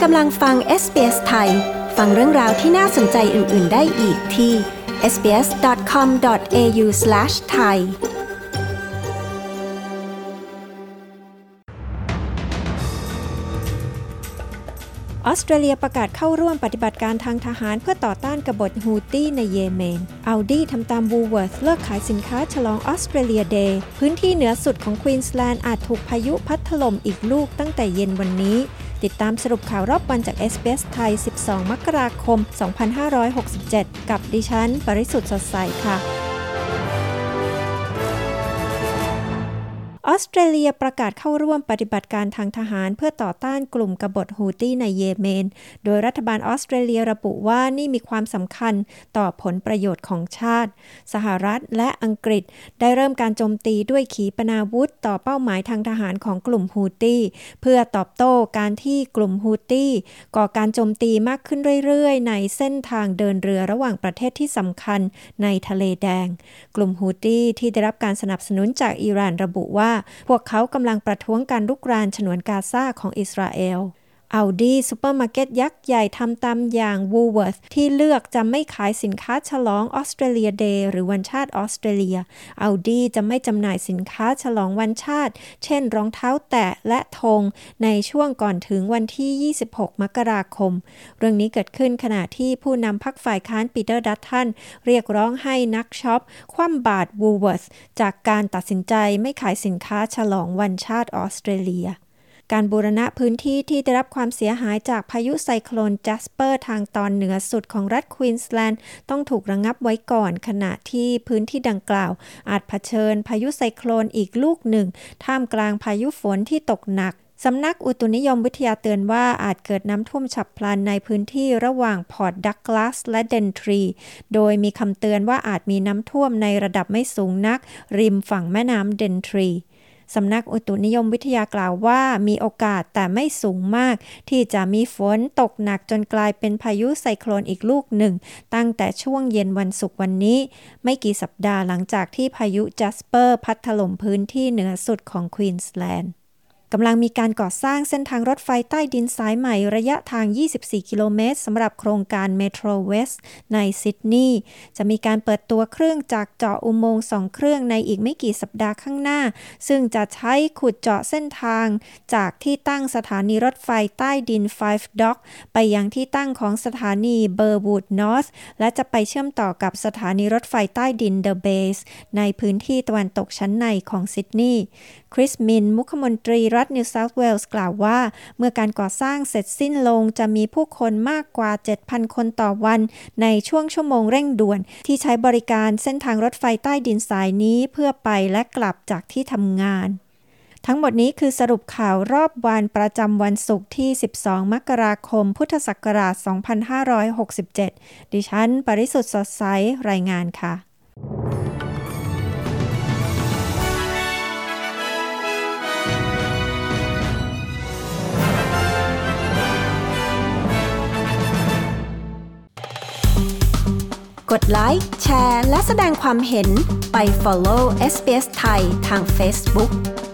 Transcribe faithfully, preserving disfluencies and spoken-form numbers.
ำลังฟัง เอส บี เอส ไทยฟังเรื่องราวที่น่าสนใจอื่นๆได้อีกที่ เอส บี เอส ดอท คอม ดอท เอ ยู สแลช ไทยออสเตรเลียประกาศเข้าร่วมปฏิบัติการทางทหารเพื่อต่อต้านกบฏฮูตี้ในเยเมน Aldi ทำตาม Woolworths เลิกขายสินค้าฉลอง Australia Day พื้นที่เหนือสุดของควีนสแลนด์อาจถูกพายุพัดถล่มอีกลูกตั้งแต่เย็นวันนี้ติดตามสรุปข่าวรอบวันจาก เอส บี เอส ไทย สิบสอง มกราคม สองพันห้าร้อยหกสิบเจ็ด กับดิฉันปริสุทธิ์สดใสค่ะออสเตรเลียประกาศเข้าร่วมปฏิบัติการทางทหารเพื่อต่อต้านกลุ่มกบฏฮูตี้ในเยเมนโดยรัฐบาลออสเตรเลียระบุว่านี่มีความสำคัญต่อผลประโยชน์ของชาติสหรัฐและอังกฤษได้เริ่มการโจมตีด้วยขีปนาวุธต่อเป้าหมายทางทหารของกลุ่มฮูตี้เพื่อตอบโต้การที่กลุ่มฮูตี้ก่อการโจมตีมากขึ้นเรื่อยๆในเส้นทางเดินเรือระหว่างประเทศที่สำคัญในทะเลแดงกลุ่มฮูตี้ที่ได้รับการสนับสนุนจากอิหร่านระบุว่าพวกเขากำลังประท้วงการรุกรานฉนวนกาซาของอิสราเอลAldi ซูเปอร์มาร์เก็ตยักษ์ใหญ่ทำตามอย่าง Woolworths ที่เลือกจะไม่ขายสินค้าฉลอง Australia Day หรือวันชาติออสเตรเลีย Aldi จะไม่จำหน่ายสินค้าฉลองวันชาติเช่นรองเท้าแตะและธงในช่วงก่อนถึงวันที่ยี่สิบหกมกราคมเรื่องนี้เกิดขึ้นขณะที่ผู้นำพรรคฝ่ายค้านปีเตอร์ดัตตันเรียกร้องให้นักช็อปคว่ำบาตร Woolworths จากการตัดสินใจไม่ขายสินค้าฉลองวันชาติออสเตรเลียการบูรณะพื้นที่ที่ได้รับความเสียหายจากพายุไซโคลนแจสเปอร์ทางตอนเหนือสุดของรัฐควีนสแลนด์ต้องถูกระงับไว้ก่อนขณะที่พื้นที่ดังกล่าวอาจเผชิญพายุไซโคลนอีกลูกหนึ่งท่ามกลางพายุฝนที่ตกหนักสำนักอุตุนิยมวิทยาเตือนว่าอาจเกิดน้ำท่วมฉับพลันในพื้นที่ระหว่างพอร์ตดักลาสและเดนทรีโดยมีคำเตือนว่าอาจมีน้ำท่วมในระดับไม่สูงนักริมฝั่งแม่น้ำเดนทรีสำนักอุตุนิยมวิทยากล่าวว่ามีโอกาสแต่ไม่สูงมากที่จะมีฝนตกหนักจนกลายเป็นพายุไซโคลนอีกลูกหนึ่งตั้งแต่ช่วงเย็นวันศุกร์วันนี้ไม่กี่สัปดาห์หลังจากที่พายุแจสเปอร์พัดถล่มพื้นที่เหนือสุดของควีนสแลนด์กำลังมีการก่อสร้างเส้นทางรถไฟใต้ดินสายใหม่ระยะทางยี่สิบสี่กิโลเมตรสำหรับโครงการ Metro West ในซิดนีย์จะมีการเปิดตัวเครื่องจักรเจาะอุโมงค์สองเครื่องในอีกไม่กี่สัปดาห์ข้างหน้าซึ่งจะใช้ขุดเจาะเส้นทางจากที่ตั้งสถานีรถไฟใต้ดิน Five Dock ไปยังที่ตั้งของสถานี Burwood North และจะไปเชื่อมต่อกับสถานีรถไฟใต้ดิน The Base ในพื้นที่ตะวันตกชั้นในของซิดนีย์คริสมินมุขมนตรีรัฐนิวเซาท์เวลส์กล่าวว่าเมื่อการก่อสร้างเสร็จสิ้นลงจะมีผู้คนมากกว่า เจ็ดพัน คนต่อวันในช่วงชั่วโมงเร่งด่วนที่ใช้บริการเส้นทางรถไฟใต้ดินสายนี้เพื่อไปและกลับจากที่ทำงานทั้งหมดนี้คือสรุปข่าวรอบวันประจำวันศุกร์ที่สิบสองมกราคมพุทธศักราชสองพันห้าร้อยหกสิบเจ็ดดิฉันปริสุทธิ์สดใสรายงานค่ะกดไลค์แชร์และแสดงความเห็นไป follow เอส บี เอส ไทยทาง Facebook